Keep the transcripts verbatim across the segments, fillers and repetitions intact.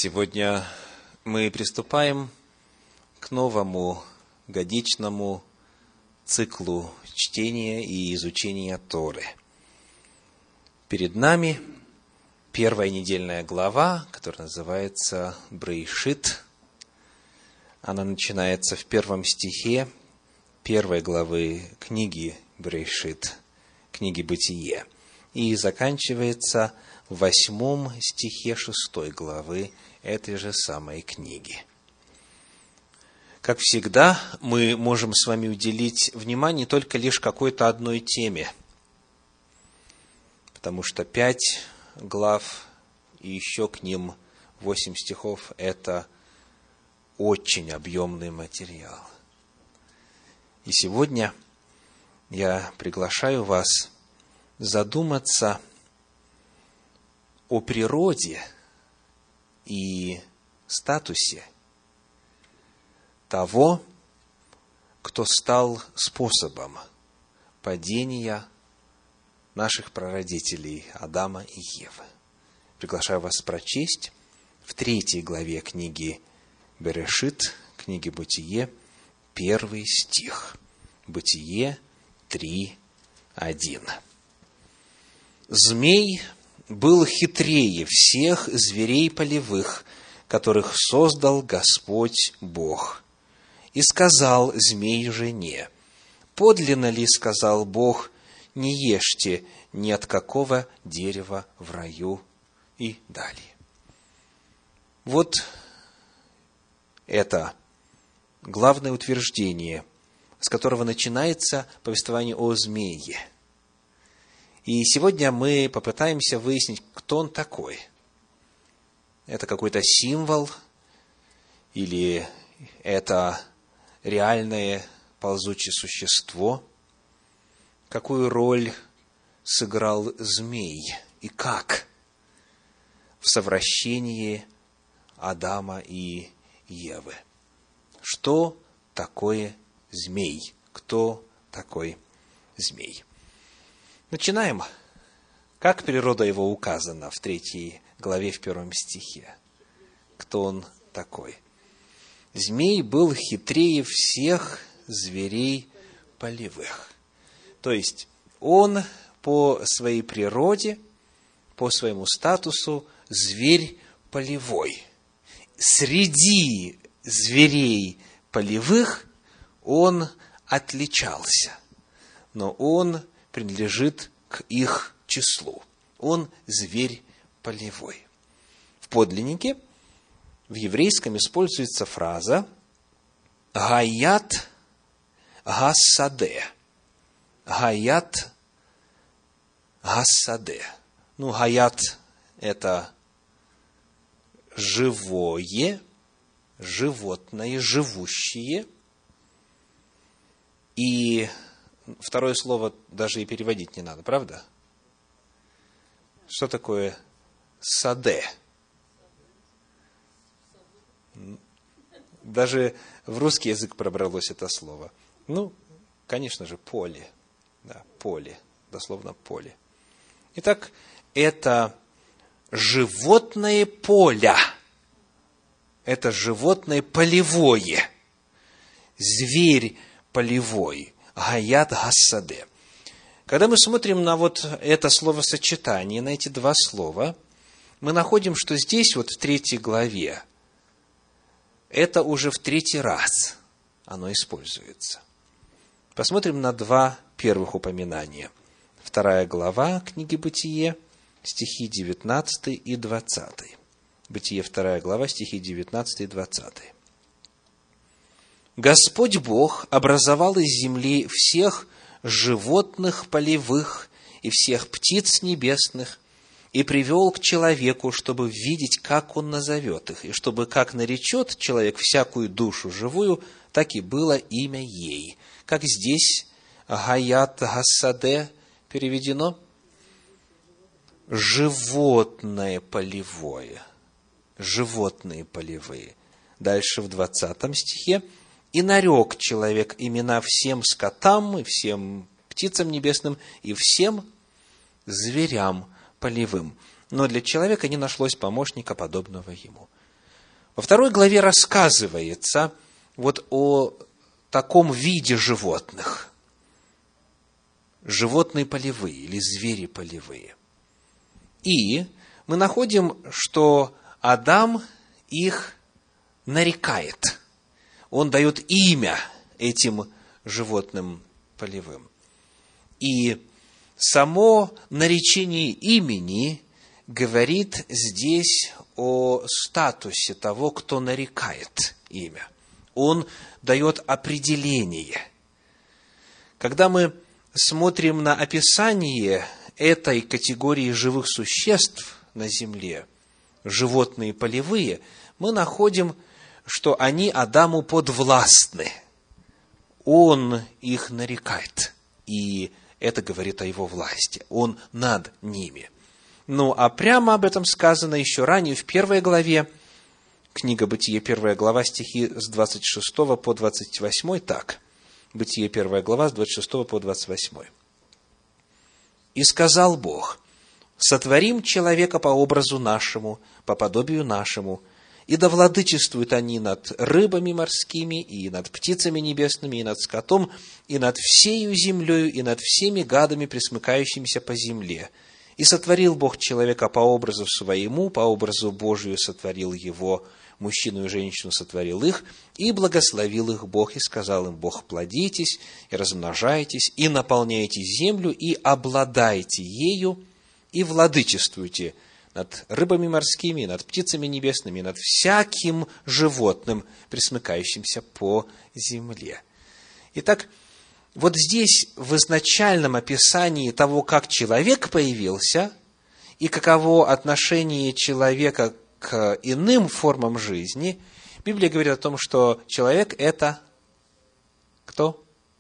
Сегодня мы приступаем к новому годичному циклу чтения и изучения Торы. Перед нами первая недельная глава, которая называется Бреишит. Она начинается в первом стихе первой главы книги Бреишит, книги Бытие, и заканчивается в восьмом стихе шестой главы этой же самой книги. Как всегда, мы можем с вами уделить внимание только лишь какой-то одной теме, потому что пять глав и еще к ним восемь стихов – это очень объемный материал. И сегодня я приглашаю вас задуматься о природе и статусе того, кто стал способом падения наших прародителей Адама и Евы. Приглашаю вас прочесть в третьей главе книги Берешит, книги Бытие, первый стих. Бытие три, один. «Змей был хитрее всех зверей полевых, которых создал Господь Бог. И сказал змей жене: подлинно ли, сказал Бог, не ешьте ни от какого дерева в раю?» И далее. Вот это главное утверждение, с которого начинается повествование о змее. И сегодня мы попытаемся выяснить, кто он такой. Это какой-то символ или это реальное ползучее существо? Какую роль сыграл змей и как в совращении Адама и Евы? Что такое змей? Кто такой змей? Начинаем. Как природа его указана в третьей главе, в первом стихе? Кто он такой? Змей был хитрее всех зверей полевых. То есть, он по своей природе, по своему статусу, зверь полевой. Среди зверей полевых он отличался, но он принадлежит к их числу. Он зверь полевой. В подлиннике, в еврейском используется фраза «гаят гасаде». «Гаят гасаде». Ну, «гаят» – это живое, животное, живущее. И второе слово даже и переводить не надо, правда? Что такое саде? Даже в русский язык пробралось это слово. Ну, конечно же, поле. Да, поле. Дословно поле. Итак, это животное поля. Это животное полевое. Зверь полевой. Гаят гасаде. Когда мы смотрим на вот это словосочетание, на эти два слова, мы находим, что здесь, вот в третьей главе, это уже в третий раз оно используется. Посмотрим на два первых упоминания. Вторая глава книги Бытие, стихи девятнадцатый и двадцатый. Бытие, вторая глава, стихи девятнадцатый и двадцатый. «Господь Бог образовал из земли всех животных полевых и всех птиц небесных и привел к человеку, чтобы видеть, как он назовет их, и чтобы, как наречет человек всякую душу живую, так и было имя ей». Как здесь «гаят гасаде» переведено? Животное полевое. Животные полевые. Дальше в двадцатом стихе: «И нарек человек имена всем скотам, и всем птицам небесным, и всем зверям полевым. Но для человека не нашлось помощника, подобного ему». Во второй главе рассказывается вот о таком виде животных. Животные полевые или звери полевые. И мы находим, что Адам их нарекает. Он дает имя этим животным полевым. И само наречение имени говорит здесь о статусе того, кто нарекает имя. Он дает определение. Когда мы смотрим на описание этой категории живых существ на земле, животные полевые, мы находим, что они Адаму подвластны. Он их нарекает, и это говорит о его власти. Он над ними. Ну, а прямо об этом сказано еще ранее, в первой главе, книга Бытие, первая глава, стихи с двадцать шестого по двадцать восьмой, так. Бытие, первая глава, с двадцать шестого по двадцать восьмой. «И сказал Бог: сотворим человека по образу нашему, по подобию нашему, и да владычествуют они над рыбами морскими, и над птицами небесными, и над скотом, и над всею землею, и над всеми гадами, пресмыкающимися по земле. И сотворил Бог человека по образу своему, по образу Божию сотворил его, мужчину и женщину сотворил их, и благословил их Бог, и сказал им Бог: плодитесь, и размножайтесь, и наполняйте землю, и обладайте ею, и владычествуйте над рыбами морскими, над птицами небесными, над всяким животным, пресмыкающимся по земле». Итак, вот здесь, в изначальном описании того, как человек появился, и каково отношение человека к иным формам жизни, Библия говорит о том, что человек – это кто?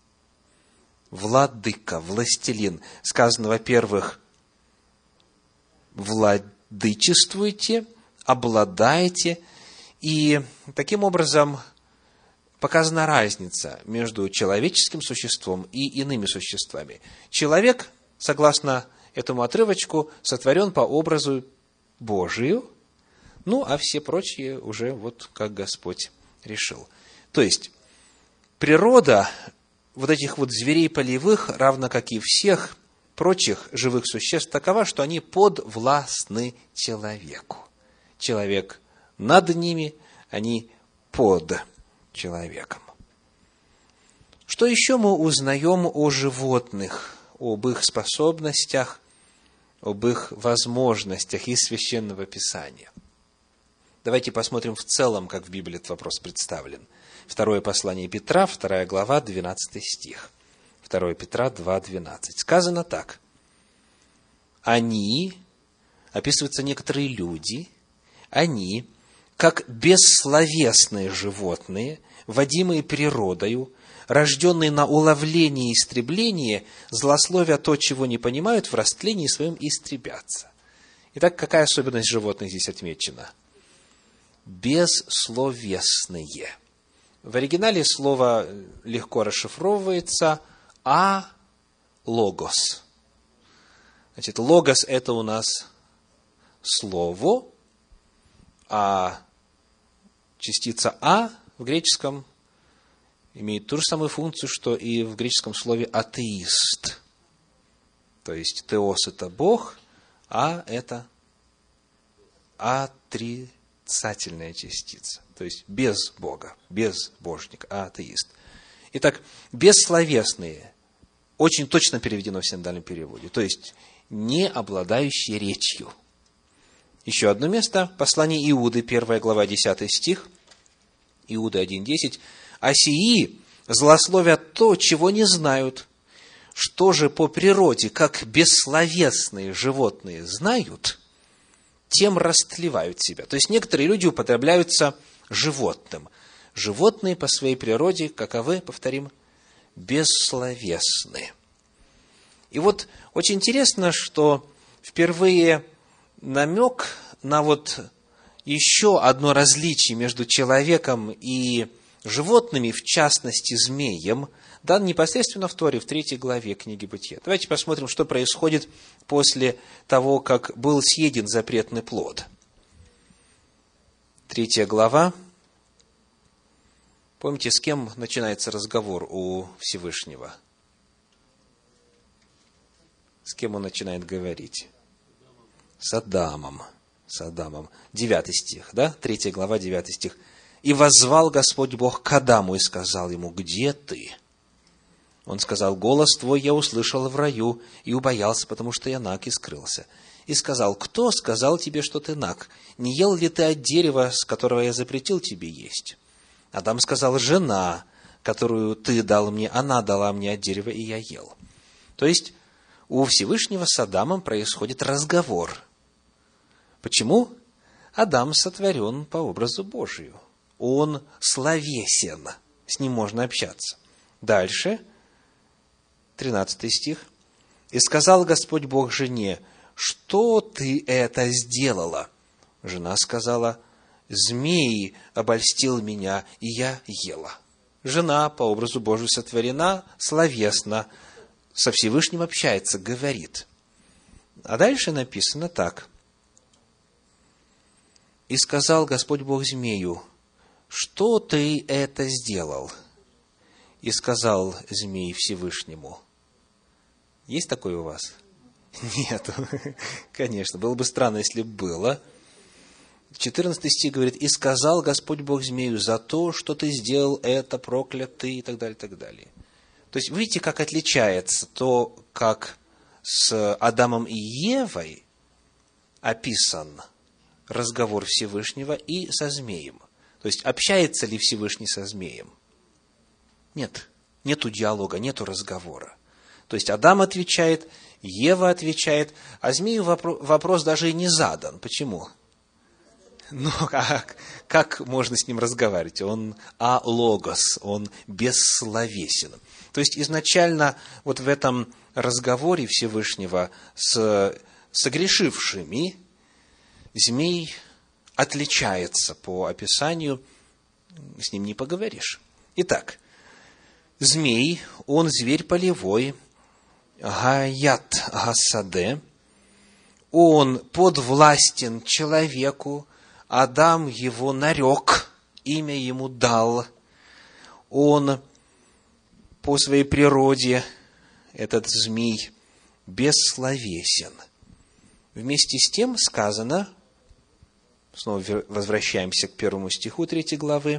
Владыка, властелин. Сказано, во-первых, владычествуйте, обладайте. И таким образом показана разница между человеческим существом и иными существами. Человек, согласно этому отрывочку, сотворен по образу Божию, ну, а все прочие уже вот как Господь решил. То есть, природа вот этих вот зверей полевых, равно как и всех прочих живых существ, такова, что они подвластны человеку. Человек над ними, они под человеком. Что еще мы узнаем о животных, об их способностях, об их возможностях из Священного Писания? Давайте посмотрим в целом, как в Библии этот вопрос представлен. Второе послание Петра, вторая глава, двенадцатый стих. второе Петра два, двенадцать. Сказано так. «Они», описываются некоторые люди, «они, как бессловесные животные, водимые природою, рожденные на уловление и истребление, злословя то, чего не понимают, в растлении своем истребятся». Итак, какая особенность животных здесь отмечена? Бессловесные. В оригинале слово легко расшифровывается «а логос». Значит, логос – это у нас слово, а частица «а» в греческом имеет ту же самую функцию, что и в греческом слове «атеист». То есть, теос – это Бог, а это отрицательная частица. То есть, без Бога, безбожник, а атеист. Итак, бессловесные очень точно переведено в синодальном переводе. То есть, не обладающие речью. Еще одно место. Послание Иуды, первая глава, десятый стих. Иуда один, десять. «А сии злословят то, чего не знают. Что же по природе, как бессловесные животные знают, тем растлевают себя». То есть, некоторые люди употребляются животным. Животные по своей природе, каковы, повторим, бессловесны. И вот очень интересно, что впервые намек на вот еще одно различие между человеком и животными, в частности, змеем, дан непосредственно в Торе, в третьей главе книги Бытия. Давайте посмотрим, что происходит после того, как был съеден запретный плод. Третья глава. Помните, с кем начинается разговор у Всевышнего? С кем он начинает говорить? С Адамом. С Адамом. Девятый стих, да? Третья глава, девятый стих. «И воззвал Господь Бог к Адаму и сказал ему: где ты? Он сказал: голос твой я услышал в раю и убоялся, потому что я наг и скрылся. И сказал: кто сказал тебе, что ты наг? Не ел ли ты от дерева, с которого я запретил тебе есть? Адам сказал: жена, которую ты дал мне, она дала мне от дерева, и я ел». То есть, у Всевышнего с Адамом происходит разговор. Почему? Адам сотворен по образу Божию. Он словесен, с ним можно общаться. Дальше, тринадцатый стих. «И сказал Господь Бог жене: что ты это сделала? Жена сказала: змей обольстил меня, и я ела». Жена, по образу Божию сотворена, словесно, со Всевышним общается, говорит. А дальше написано так. «И сказал Господь Бог змею: что ты это сделал?» И сказал змей Всевышнему. Есть такое у вас? Нет, конечно, было бы странно, если бы было. четырнадцатый стих говорит: «И сказал Господь Бог змею: за то, что ты сделал это, проклят ты», и так далее, и так далее. То есть, видите, как отличается то, как с Адамом и Евой описан разговор Всевышнего и со змеем. То есть, общается ли Всевышний со змеем? Нет, нету диалога, нету разговора. То есть, Адам отвечает, Ева отвечает, а змею вопрос даже и не задан. Почему? Ну, как, как можно с ним разговаривать? Он алогос, он бессловесен. То есть, изначально вот в этом разговоре Всевышнего с согрешившими змей отличается по описанию, с ним не поговоришь. Итак, змей, он зверь полевой, гаят гасаде, он подвластен человеку, Адам его нарек, имя ему дал, он по своей природе, этот змей, бессловесен. Вместе с тем сказано, снова возвращаемся к первому стиху третьей главы,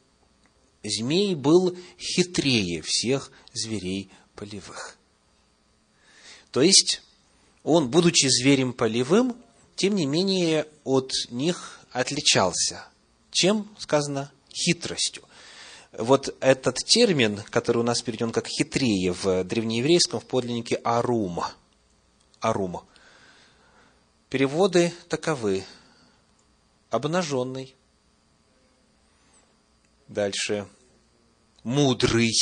змей был хитрее всех зверей полевых. То есть, он, будучи зверем полевым, тем не менее от них отличался. Чем сказано? Хитростью. Вот этот термин, который у нас переведен как хитрее в древнееврейском, в подлиннике арум. Арум. Переводы таковы. Обнаженный. Дальше. Мудрый.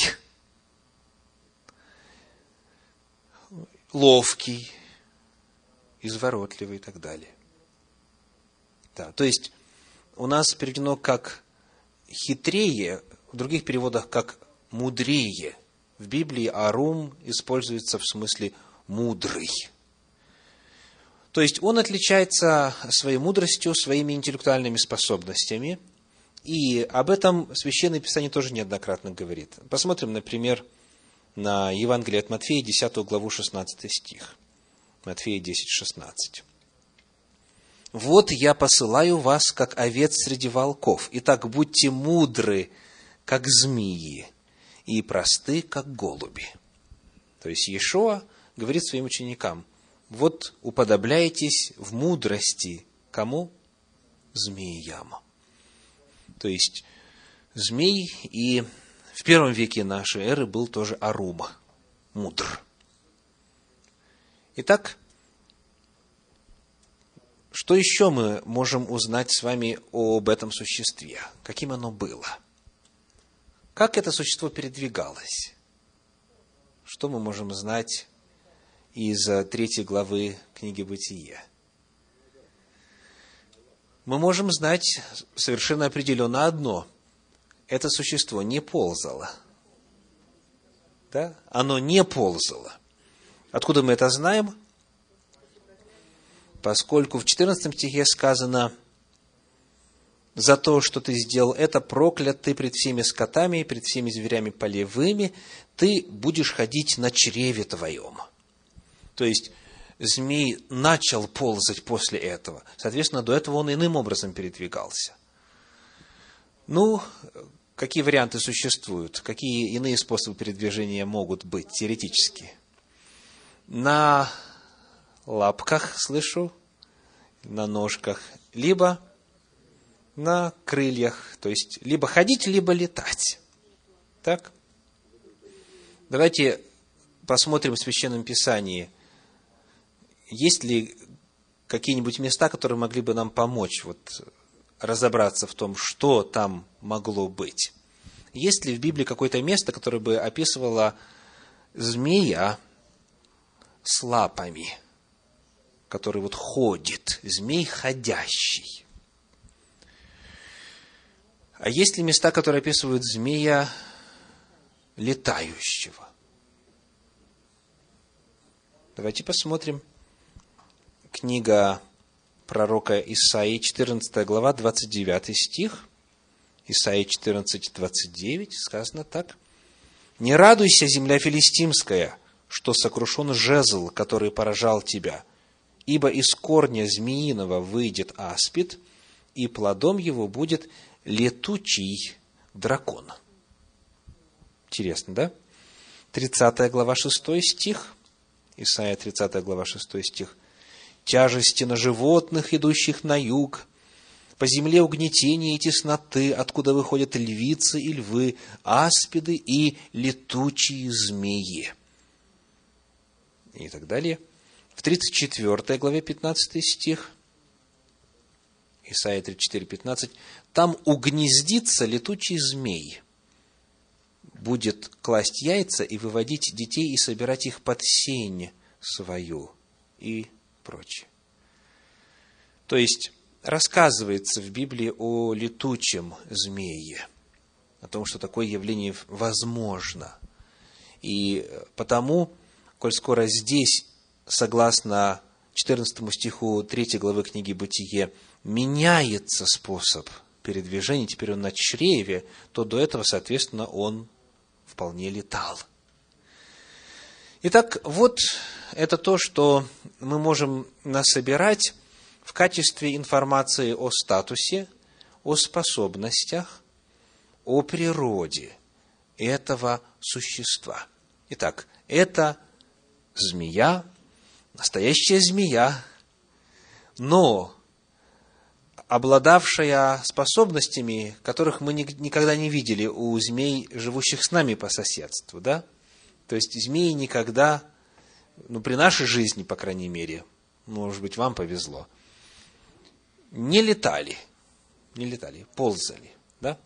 Ловкий. Изворотливый и так далее. Да, то есть, у нас переведено как хитрее, в других переводах как мудрее. В Библии арум используется в смысле мудрый. То есть, он отличается своей мудростью, своими интеллектуальными способностями. И об этом Священное Писание тоже неоднократно говорит. Посмотрим, например, на Евангелие от Матфея, десятую главу, шестнадцатый стих. Матфея десять, шестнадцать. «Вот я посылаю вас, как овец среди волков. Итак, будьте мудры, как змеи, и просты, как голуби». То есть, Иешуа говорит своим ученикам, вот уподобляйтесь в мудрости кому? Змеям. То есть, змей и в первом веке нашей эры был тоже арум, мудр. Итак, что еще мы можем узнать с вами об этом существе? Каким оно было? Как это существо передвигалось? Что мы можем знать из третьей главы книги Бытия? Мы можем знать совершенно определенно одно. Это существо не ползало. Да? Оно не ползало. Откуда мы это знаем? Поскольку в четырнадцатом стихе сказано, за то, что ты сделал это, проклят ты пред всеми скотами и пред всеми зверями полевыми, ты будешь ходить на чреве твоем». То есть, змей начал ползать после этого. Соответственно, до этого он иным образом передвигался. Ну, какие варианты существуют? Какие иные способы передвижения могут быть теоретически? На лапках, слышу, на ножках, либо на крыльях. То есть, либо ходить, либо летать. Так? Давайте посмотрим в Священном Писании, есть ли какие-нибудь места, которые могли бы нам помочь вот, разобраться в том, что там могло быть. Есть ли в Библии какое-то место, которое бы описывало змея с лапами, который вот ходит, змей ходящий? А есть ли места, которые описывают змея летающего? Давайте посмотрим. Книга пророка Исаии, четырнадцатая глава, двадцать девятый стих. Исаии четырнадцать, двадцать девять, сказано так. «Не радуйся, земля филистимская, что сокрушен жезл, который поражал тебя, ибо из корня змеиного выйдет аспид, и плодом его будет летучий дракон». Интересно, да? тридцатая глава, шестой стих. Исайя, тридцатая глава, шестой стих. «Тяжести на животных, идущих на юг, по земле угнетения и тесноты, откуда выходят львицы и львы, аспиды и летучие змеи». И так далее. В тридцать четвёртой главе, пятнадцатый стих. Исайя тридцать четыре, пятнадцать. «Там угнездится летучий змей, будет класть яйца и выводить детей и собирать их под сень свою», и прочее. То есть, рассказывается в Библии о летучем змее, о том, что такое явление возможно. И потому, коль скоро здесь, согласно четырнадцатому стиху третьей главы книги «Бытие», меняется способ передвижения, теперь он на чреве, то до этого, соответственно, он вполне летал. Итак, вот это то, что мы можем насобирать в качестве информации о статусе, о способностях, о природе этого существа. Итак, это змея, настоящая змея, но обладавшая способностями, которых мы никогда не видели у змей, живущих с нами по соседству, да? То есть, змеи никогда, ну, при нашей жизни, по крайней мере, может быть, вам повезло, не летали, не летали, ползали, да?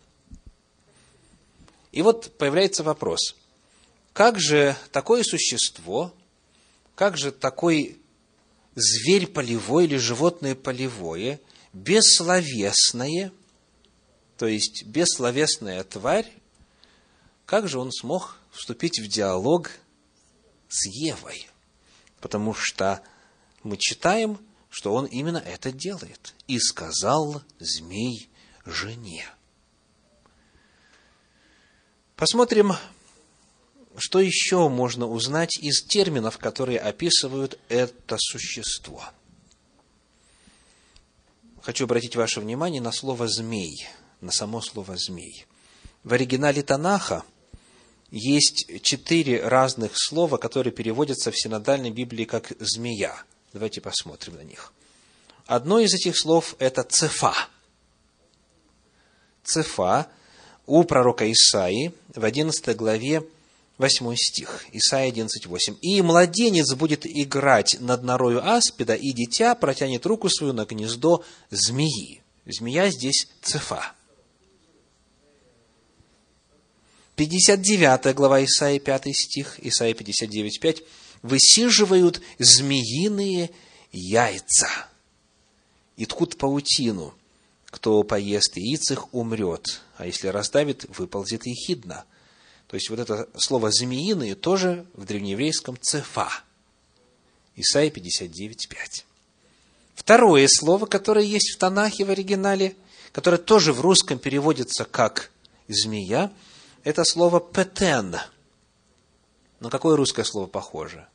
И вот появляется вопрос, как же такое существо, как же такой зверь полевой или животное полевое, бессловесное, то есть бессловесная тварь, как же он смог вступить в диалог с Евой? Потому что мы читаем, что он именно это делает. «И сказал змей жене». Посмотрим, что еще можно узнать из терминов, которые описывают это существо. Хочу обратить ваше внимание на слово «змей», на само слово «змей». В оригинале Танаха есть четыре разных слова, которые переводятся в синодальной Библии как «змея». Давайте посмотрим на них. Одно из этих слов – это «цефа». «Цефа» у пророка Исаии в одиннадцатой главе, восьмой стих. Исайя одиннадцать, восемь. «И младенец будет играть над норою аспида, и дитя протянет руку свою на гнездо змеи». Змея здесь «цефа». пятьдесят девятая глава Исаии, пятый стих, Исаия пятьдесят девять, пять. «Высиживают змеиные яйца, и ткут паутину. Кто поест яиц их, умрет, а если раздавит, выползет ехидна». То есть, вот это слово «змеиные» тоже в древнееврейском «цефа». Исайя пятьдесят девять, пять. Второе слово, которое есть в Танахе в оригинале, которое тоже в русском переводится как «змея», это слово «петен». На какое русское слово похоже?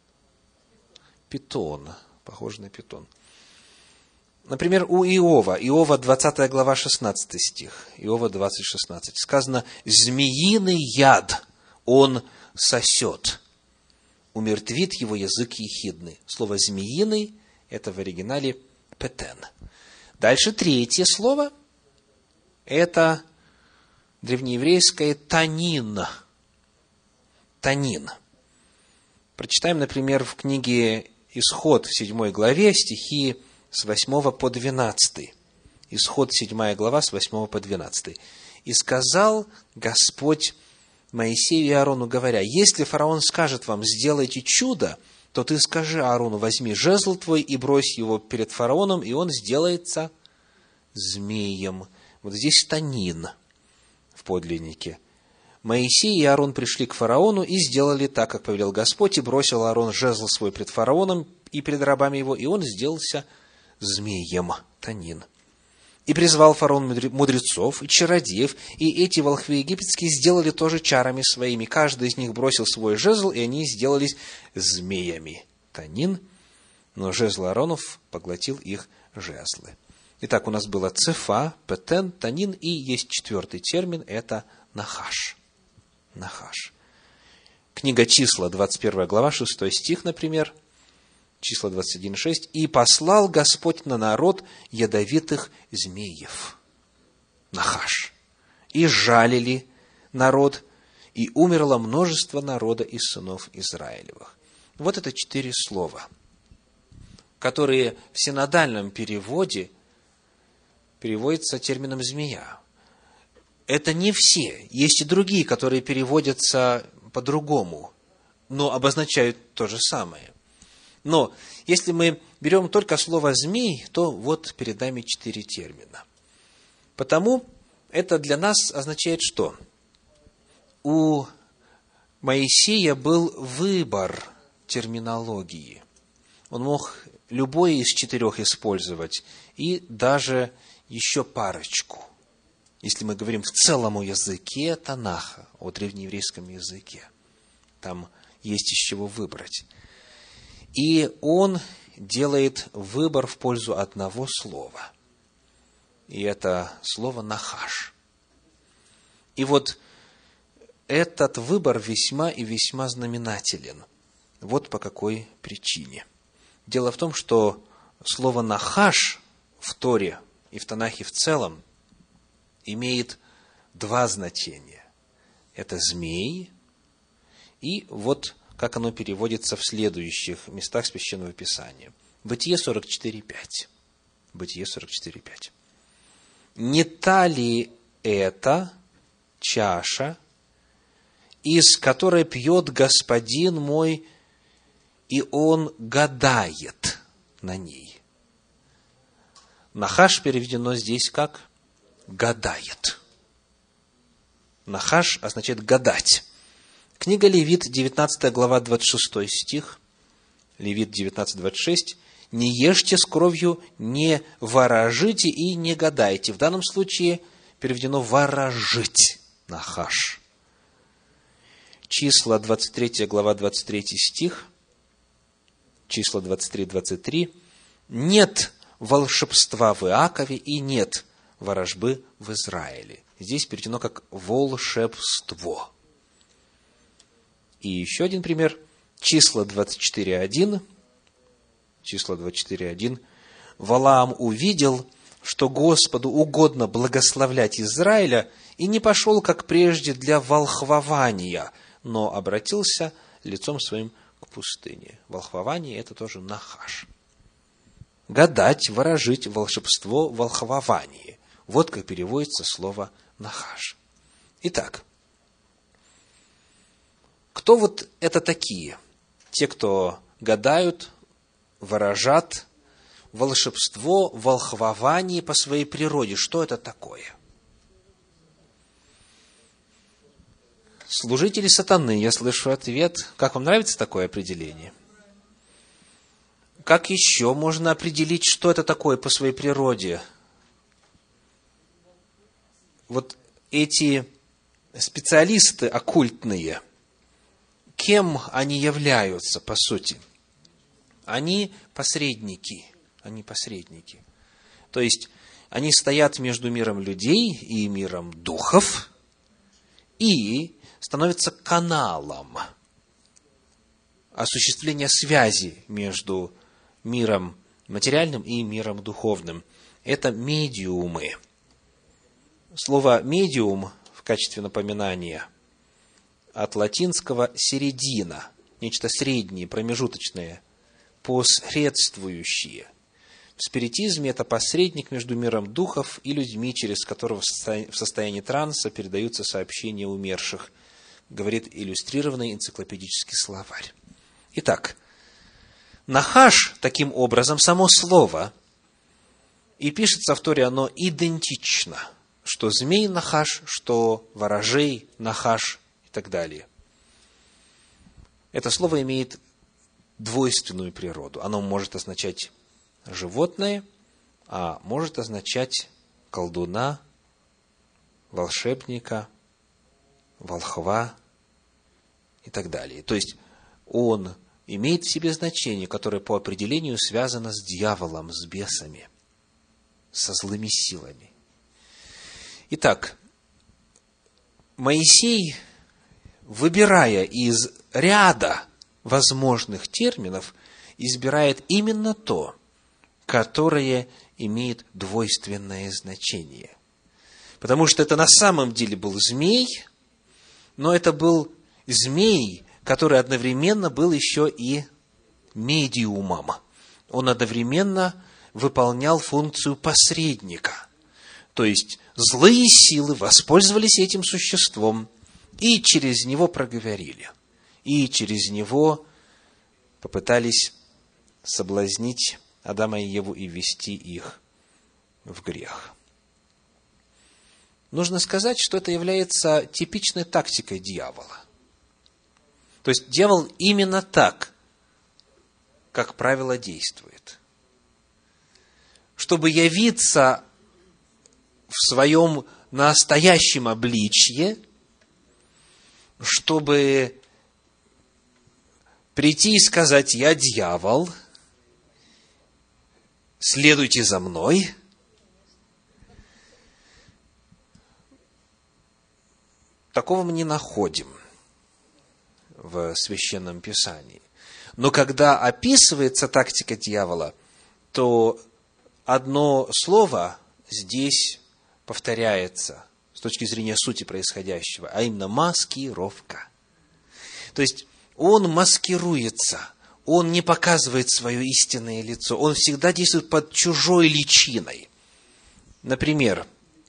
Питон. Похоже на питон. Например, у Иова, Иова двадцатая глава, шестнадцатый стих, Иова двадцать шестнадцать, сказано: «Змеиный яд он сосет, умертвит его язык ехидный». Слово «змеиный» – это в оригинале «петен». Дальше третье слово – это древнееврейское «танин». Танин. Прочитаем, например, в книге Исход в седьмой главе стихи с восьмого по двенадцатый. Исход седьмая глава с восьмого по двенадцатый. «И сказал Господь Моисею и Аарону, говоря: если фараон скажет вам: сделайте чудо, то ты скажи Аарону: возьми жезл твой и брось его перед фараоном, и он сделается змеем». Вот здесь танин в подлиннике. Моисей и Аарон пришли к фараону и сделали так, как повелел Господь, и бросил Аарон жезл свой пред фараоном и перед рабами его, и он сделался змеем, танин. И призвал фараон мудрецов и чародеев, и эти волхвы египетские сделали тоже чарами своими. Каждый из них бросил свой жезл, и они сделались змеями, танин, но жезл Ааронов поглотил их жезлы. Итак, у нас было цефа, петен, танин, и есть четвертый термин, это нахаш. Нахаш. Книга Числа, двадцать первая глава, шестой стих, например, Числа двадцать один шесть. «И послал Господь на народ ядовитых змеев». Нахаш. «И жалили народ, и умерло множество народа из сынов Израилевых». Вот это четыре слова, которые в синодальном переводе переводятся термином «змея». Это не все. Есть и другие, которые переводятся по-другому, но обозначают то же самое. Но если мы берем только слово «змей», то вот перед нами четыре термина. Потому это для нас означает что? У Моисея был выбор терминологии. Он мог любое из четырех использовать, и даже еще парочку. Если мы говорим в целом о языке Танаха, о древнееврейском языке, там есть из чего выбрать. И он делает выбор в пользу одного слова. И это слово «нахаш». И вот этот выбор весьма и весьма знаменателен. Вот по какой причине. Дело в том, что слово «нахаш» в Торе и в Танахе в целом имеет два значения. Это змей, и вот как оно переводится в следующих местах Священного Писания. Бытие сорок четыре пять. Бытие сорок четыре пять. «Не та ли это чаша, из которой пьет господин мой, и он гадает на ней?» Нахаш переведено здесь как «гадает». Нахаш означает «гадать». Книга Левит, девятнадцатая глава, двадцать шестой стих. Левит девятнадцать двадцать шесть. «Не ешьте с кровью, не ворожите и не гадайте». В данном случае переведено «ворожить». Нахаш. Числа, двадцать третья глава, двадцать третий стих. Числа двадцать три двадцать три. «Нет волшебства в Иакове и нет ворожбы в Израиле». Здесь переведено как «волшебство». И еще один пример. Числа двадцать четыре один. Числа двадцать четыре один. «Валаам увидел, что Господу угодно благословлять Израиля, и не пошел, как прежде, для волхвования, но обратился лицом своим к пустыне». Волхвование – это тоже нахаш. Гадать, ворожить, волшебство, волхвование. Вот как переводится слово нахаш. Итак, кто вот это такие? Те, кто гадают, ворожат, волшебство, волхвование по своей природе. Что это такое? Служители сатаны, я слышу ответ. Как вам нравится такое определение? Как еще можно определить, что это такое по своей природе? вот эти специалисты оккультные, кем они являются, по сути? Они посредники. Они посредники. То есть, они стоят между миром людей и миром духов и становятся каналом осуществления связи между миром материальным и миром духовным. Это медиумы. Слово «медиум» в качестве напоминания от латинского «середина», нечто среднее, промежуточное, посредствующее. В спиритизме это посредник между миром духов и людьми, через которого в состоянии транса передаются сообщения умерших, говорит иллюстрированный энциклопедический словарь. Итак, нахаш, таким образом, само слово, и пишется в Торе оно идентично, что змей нахаш, что ворожей нахаш и так далее. Это слово имеет двойственную природу. Оно может означать животное, а может означать колдуна, волшебника, волхва и так далее. То есть, он имеет в себе значение, которое по определению связано с дьяволом, с бесами, со злыми силами. Итак, Моисей, выбирая из ряда возможных терминов, избирает именно то, которое имеет двойственное значение. Потому что это на самом деле был змей, но это был змей, который одновременно был еще и медиумом. Он одновременно выполнял функцию посредника. То есть, злые силы воспользовались этим существом и через него проговорили. И через него попытались соблазнить Адама и Еву и ввести их в грех. Нужно сказать, что это является типичной тактикой дьявола. То есть, дьявол именно так, как правило, действует. Чтобы явиться в своем настоящем обличье, чтобы прийти и сказать: «Я дьявол, следуйте за мной», такого мы не находим в Священном Писании. Но когда описывается тактика дьявола, то одно слово здесь повторяется с точки зрения сути происходящего, а именно маскировка. То есть, он маскируется, он не показывает свое истинное лицо, он всегда действует под чужой личиной. Например,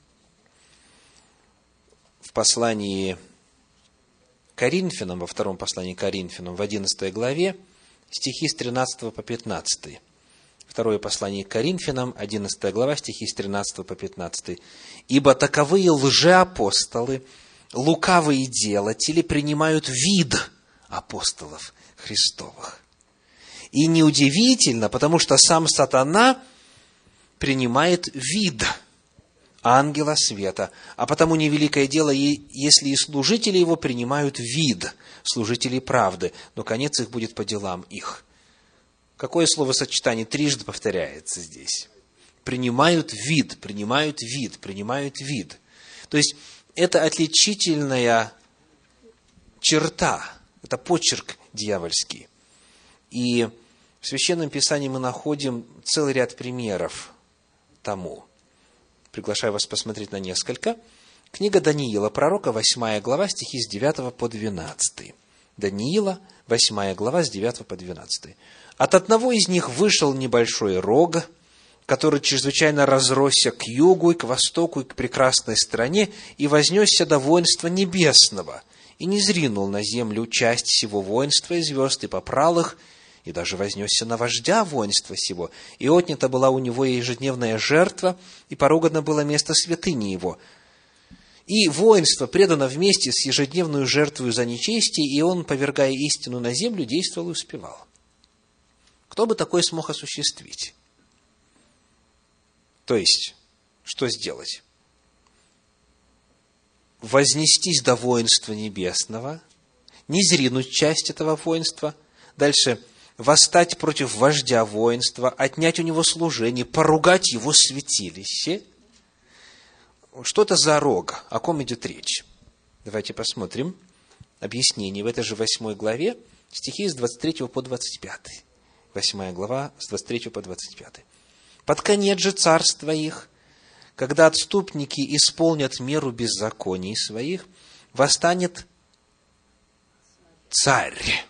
в послании Коринфянам, во втором послании Коринфянам, в одиннадцатой главе, стихи с тринадцатого по пятнадцатый. Второе послание к Коринфянам, одиннадцатая глава, стихи с тринадцатого по пятнадцатый. «Ибо таковые лжеапостолы, лукавые делатели, принимают вид апостолов Христовых». И неудивительно, потому что сам сатана принимает вид ангела света, а потому невеликое дело, если и служители его принимают вид служителей правды, но конец их будет по делам их. Какое словосочетание трижды повторяется здесь? Принимают вид, принимают вид, принимают вид. То есть, это отличительная черта, это почерк дьявольский. И в Священном Писании мы находим целый ряд примеров тому. Приглашаю вас посмотреть на несколько. Книга Даниила, пророка, восьмая глава, стихи с девятого по двенадцатый. Даниила, восьмая глава, с девятого по двенадцатый. «От одного из них вышел небольшой рог, который чрезвычайно разросся к югу и к востоку и к прекрасной стране, и вознесся до воинства небесного, и не зринул на землю часть сего воинства и звезд, и попрал их, и даже вознесся на вождя воинства сего, и отнята была у него ежедневная жертва, и поругано было место святыни его. И воинство предано вместе с ежедневную жертвою за нечестие, и он, повергая истину на землю, действовал и успевал». Кто бы такое смог осуществить? То есть, что сделать? вознестись до воинства небесного, низринуть часть этого воинства, дальше восстать против вождя воинства, отнять у него служение, поругать его святилище. Что это за рог? О ком идет речь? Давайте посмотрим объяснение в этой же восьмой главе, стихи с двадцать третьего по двадцать пятый. Восьмая глава, с двадцать третьего по двадцать пятый. «Под конец же царства их, когда отступники исполнят меру беззаконий своих, восстанет царь».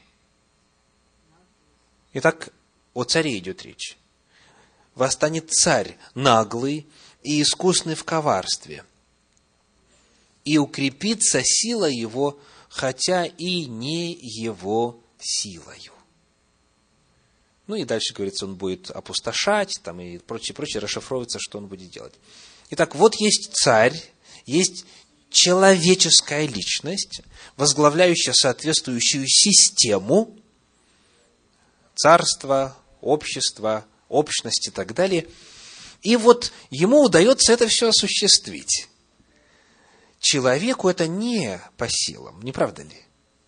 Итак, о царе идет речь. «Восстанет царь наглый и искусный в коварстве, и укрепится сила его, хотя и не его силою». Ну и дальше, говорится, он будет опустошать, там и прочее, прочее, расшифровывается, что он будет делать. Итак, вот есть царь, есть человеческая личность, возглавляющая соответствующую систему, царство, общество, общность и так далее. И вот ему удается это все осуществить. Человеку это не по силам, не правда ли?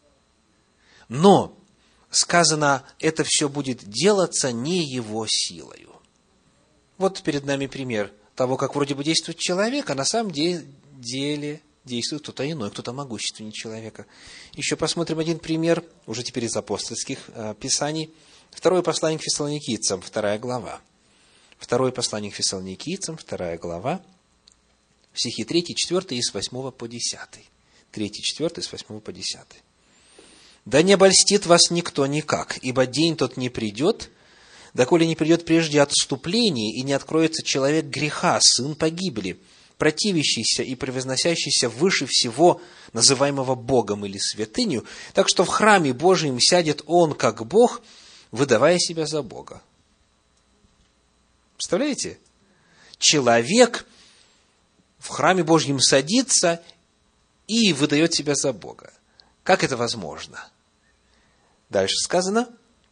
Но сказано, это все будет делаться не его силою. Вот перед нами пример того, как вроде бы действует человек, а на самом деле действует кто-то иной, кто-то могущественнее человека. Еще посмотрим один пример, уже теперь из апостольских э, писаний. Второе послание к Фессалоникийцам, вторая глава. Второе послание к Фессалоникийцам, вторая глава, стихи третий, четвертый и с восьмого по десятый. третий, четвертый, с восьмого по десятый. «Да не обольстит вас никто никак, ибо день тот не придет, доколе не придет прежде отступление, и не откроется человек греха, сын погибели, противящийся и превозносящийся выше всего, называемого Богом или святынью, так что в храме Божьем сядет он, как Бог, выдавая себя за Бога». Представляете? Человек в храме Божьем садится и выдает себя за Бога. Как это возможно? Дальше сказано: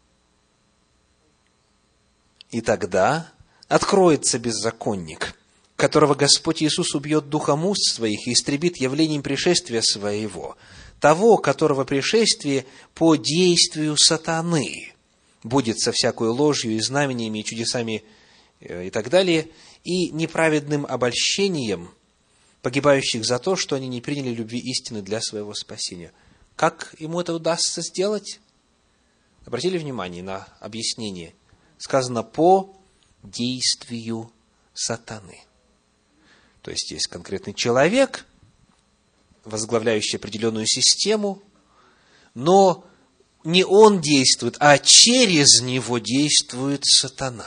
«И тогда откроется беззаконник, которого Господь Иисус убьет духом уст своих и истребит явлением пришествия своего, того, которого пришествие по действию сатаны будет со всякой ложью и знамениями, и чудесами и так далее, и неправедным обольщением погибающих за то, что они не приняли любви истины для своего спасения». Как ему это удастся сделать? Обратили внимание на объяснение. Сказано «по действию сатаны». То есть, есть конкретный человек, возглавляющий определенную систему, но не он действует, а через него действует сатана.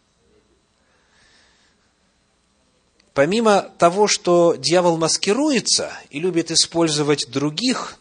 Помимо того, что дьявол маскируется и любит использовать других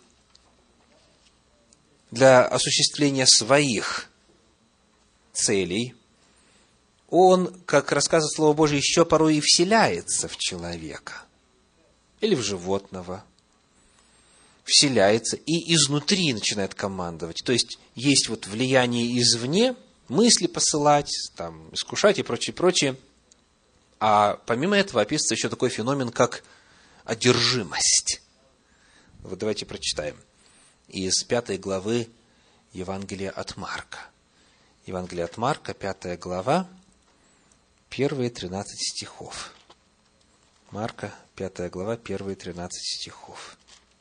для осуществления своих целей, он, как рассказывает Слово Божие, еще порой и вселяется в человека или в животного, вселяется и изнутри начинает командовать. То есть, есть вот влияние извне, мысли посылать, там, искушать и прочее, прочее. А помимо этого описывается еще такой феномен, как одержимость. Вот давайте прочитаем из пятой главы Евангелия от Марка. Евангелие от Марка, пятая глава, первые тринадцать стихов. Марка, пятая глава, первые тринадцать стихов.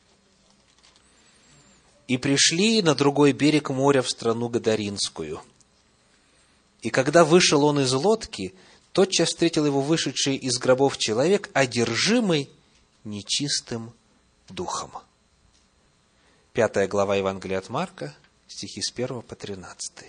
«И пришли на другой берег моря в страну Гадаринскую. И когда вышел он из лодки, тотчас встретил его вышедший из гробов человек, одержимый нечистым духом». Пятая глава Евангелия от Марка, стихи с первого по тринадцатый.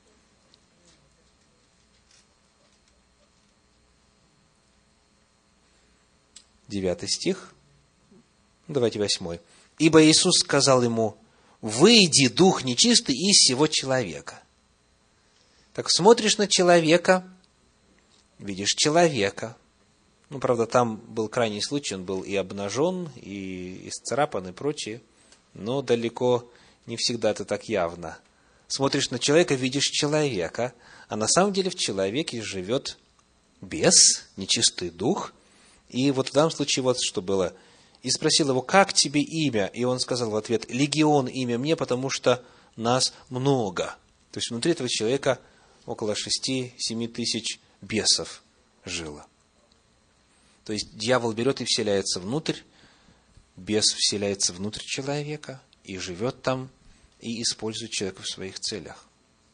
Девятый стих. Давайте восьмой. «Ибо Иисус сказал ему: выйди, дух нечистый, из сего человека». Так смотришь на человека, видишь человека. Ну, правда, там был крайний случай, он был и обнажен, и исцарапан, и прочее. Но далеко не всегда это так явно. Смотришь на человека, видишь человека, а на самом деле в человеке живет бес, нечистый дух. И вот в данном случае вот что было. и спросил его: как тебе имя? И он сказал в ответ: легион имя мне, потому что нас много. То есть внутри этого человека около шести-семи тысяч бесов жило. То есть дьявол берет и вселяется внутрь, бес вселяется внутрь человека и живет там, и использует человека в своих целях.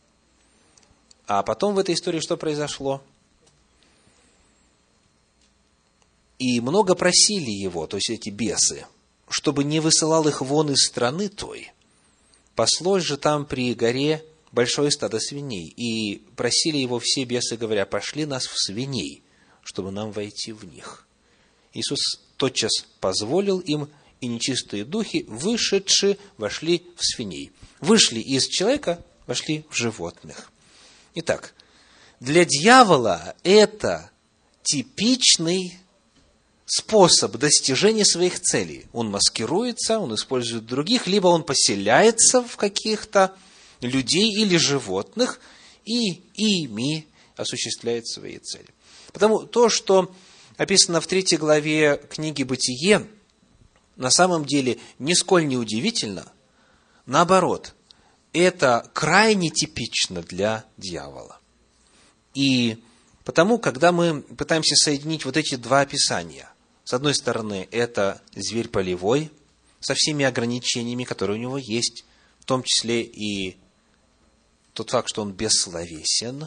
А потом в этой истории что произошло? И много просили его, то есть эти бесы, чтобы не высылал их вон из страны той. Паслось же там при горе большое стадо свиней, и просили его все бесы, говоря: пошли нас в свиней, чтобы нам войти в них. Иисус тотчас позволил им, и нечистые духи, вышедшие, вошли в свиней. Вышли из человека, вошли в животных. Итак, для дьявола это типичный способ достижения своих целей. Он маскируется, он использует других, либо он поселяется в каких-то людей или животных и ими осуществляет свои цели. Потому то, что описано в третьей главе книги «Бытие», на самом деле нисколь не удивительно. Наоборот, это крайне типично для дьявола. И потому, когда мы пытаемся соединить вот эти два описания, с одной стороны, это зверь полевой, со всеми ограничениями, которые у него есть, в том числе и тот факт, что он бессловесен,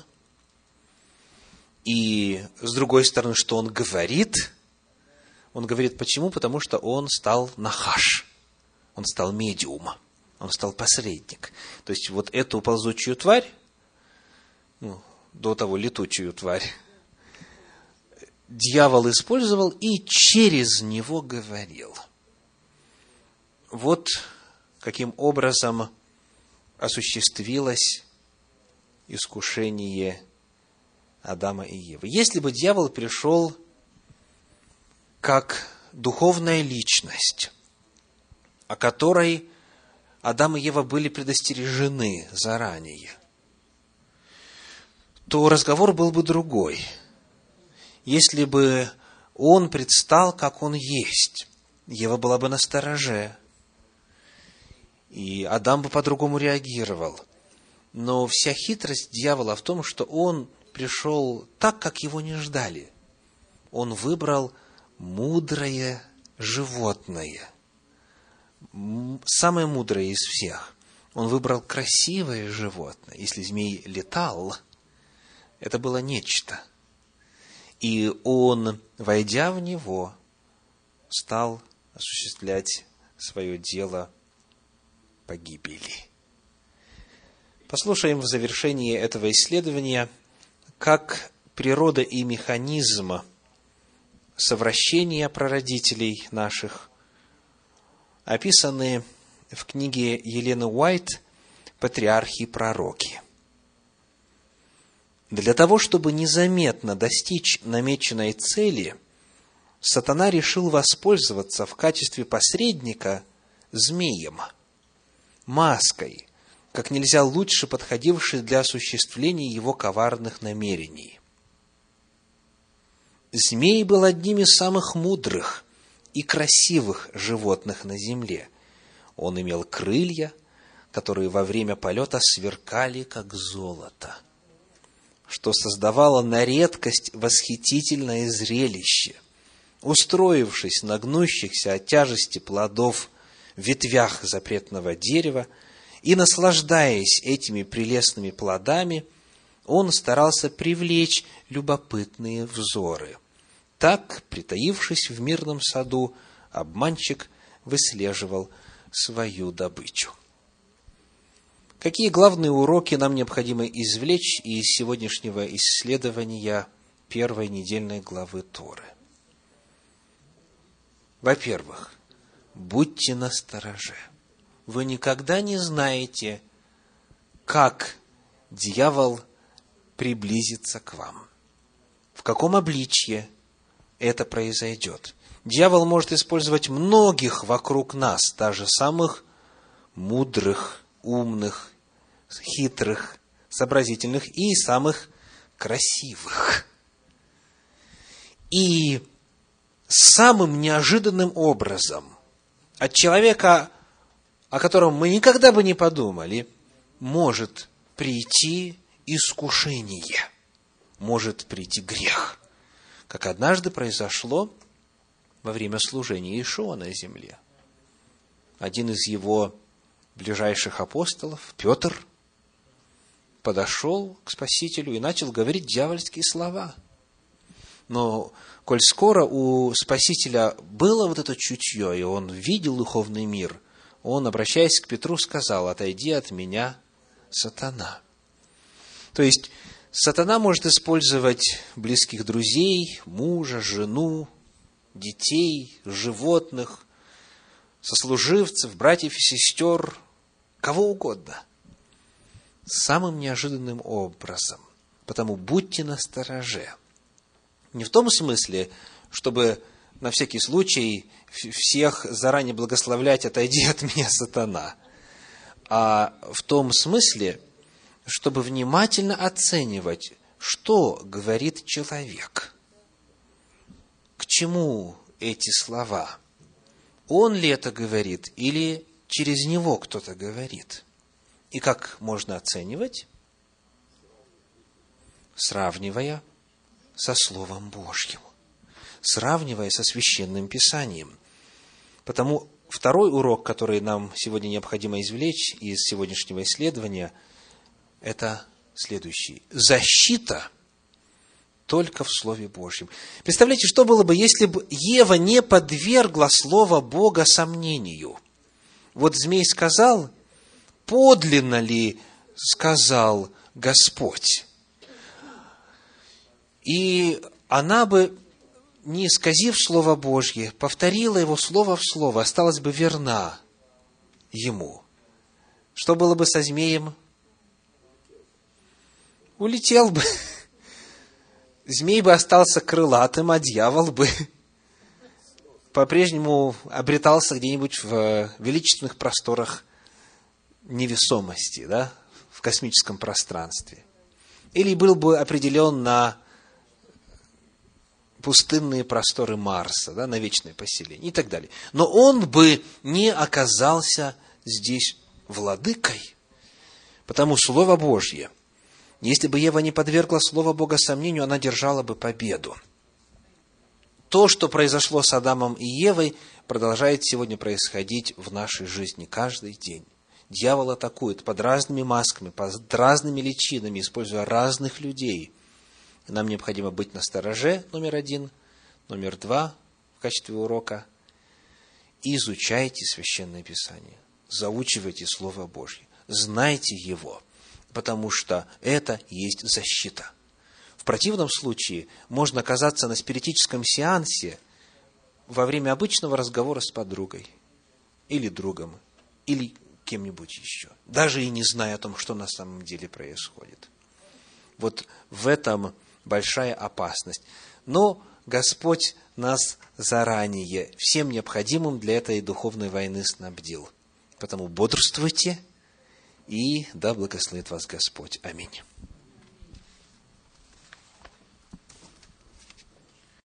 и с другой стороны, что он говорит. Он говорит почему? Потому что он стал нахаш, он стал медиум, он стал посредник. То есть вот эту ползучую тварь, ну, до того летучую тварь, дьявол использовал и через него говорил. Вот каким образом осуществилось искушение Адама и Евы. Если бы дьявол пришел как духовная личность, о которой Адам и Ева были предостережены заранее, то разговор был бы другой. Если бы он предстал, как он есть, Ева была бы настороже, и Адам бы по-другому реагировал. Но вся хитрость дьявола в том, что он пришел так, как его не ждали. Он выбрал мудрое животное, самое мудрое из всех. Он выбрал красивое животное. Если змей летал, это было нечто. И он, войдя в него, стал осуществлять свое дело погибели. Послушаем в завершении этого исследования, как природа и механизм совращения прародителей наших описаны в книге Елены Уайт «Патриархи и пророки». Для того, чтобы незаметно достичь намеченной цели, сатана решил воспользоваться в качестве посредника змеем, маской, как нельзя лучше подходившей для осуществления его коварных намерений. Змей был одним из самых мудрых и красивых животных на земле. Он имел крылья, которые во время полета сверкали, как золото, что создавало на редкость восхитительное зрелище. Устроившись на гнущихся от тяжести плодов ветвях запретного дерева и наслаждаясь этими прелестными плодами, он старался привлечь любопытные взоры. Так, притаившись в мирном саду, обманщик выслеживал свою добычу. Какие главные уроки нам необходимо извлечь из сегодняшнего исследования первой недельной главы Торы? Во-первых, будьте настороже. Вы никогда не знаете, как дьявол приблизится к вам, в каком обличье это произойдет. Дьявол может использовать многих вокруг нас, даже самых мудрых, умных, хитрых, сообразительных и самых красивых. И самым неожиданным образом от человека, о котором мы никогда бы не подумали, может прийти искушение, может прийти грех, как однажды произошло во время служения Иешуа на земле. Один из его ближайших апостолов, Петр, подошел к Спасителю и начал говорить дьявольские слова. Но коль скоро у Спасителя было вот это чутье, и он видел духовный мир, он, обращаясь к Петру, сказал: «Отойди от меня, сатана». То есть, сатана может использовать близких друзей, мужа, жену, детей, животных, сослуживцев, братьев и сестер, кого угодно, самым неожиданным образом. Потому будьте настороже. Не в том смысле, чтобы на всякий случай всех заранее благословлять: «Отойди от меня, сатана», а в том смысле, чтобы внимательно оценивать, что говорит человек, к чему эти слова, он ли это говорит или через него кто-то говорит. И как можно оценивать? Сравнивая со Словом Божьим, сравнивая со Священным Писанием. Потому второй урок, который нам сегодня необходимо извлечь из сегодняшнего исследования, это следующий. Защита только в Слове Божьем. Представляете, что было бы, если бы Ева не подвергла Слово Бога сомнению? Вот змей сказал: «Подлинно ли сказал Господь?» И она бы, не исказив Слово Божье, повторила его слово в слово, осталась бы верна ему. Что было бы со змеем? Улетел бы. Змей бы остался крылатым, а дьявол бы по-прежнему обретался где-нибудь в величественных просторах невесомости, да, в космическом пространстве. Или был бы определен на пустынные просторы Марса, да, на вечное поселение и так далее. Но он бы не оказался здесь владыкой, потому Слово Божье, если бы Ева не подвергла Слово Бога сомнению, она держала бы победу. То, что произошло с Адамом и Евой, продолжает сегодня происходить в нашей жизни каждый день. Дьявол атакует под разными масками, под разными личинами, используя разных людей. Нам необходимо быть настороже, номер один. Номер два, в качестве урока: изучайте Священное Писание, заучивайте Слово Божье, знайте его, потому что это есть защита. В противном случае можно оказаться на спиритическом сеансе во время обычного разговора с подругой, или другом, или кем-нибудь еще, даже и не зная о том, что на самом деле происходит. Вот в этом большая опасность. Но Господь нас заранее всем необходимым для этой духовной войны снабдил. Потому бодрствуйте, и да благословит вас Господь. Аминь.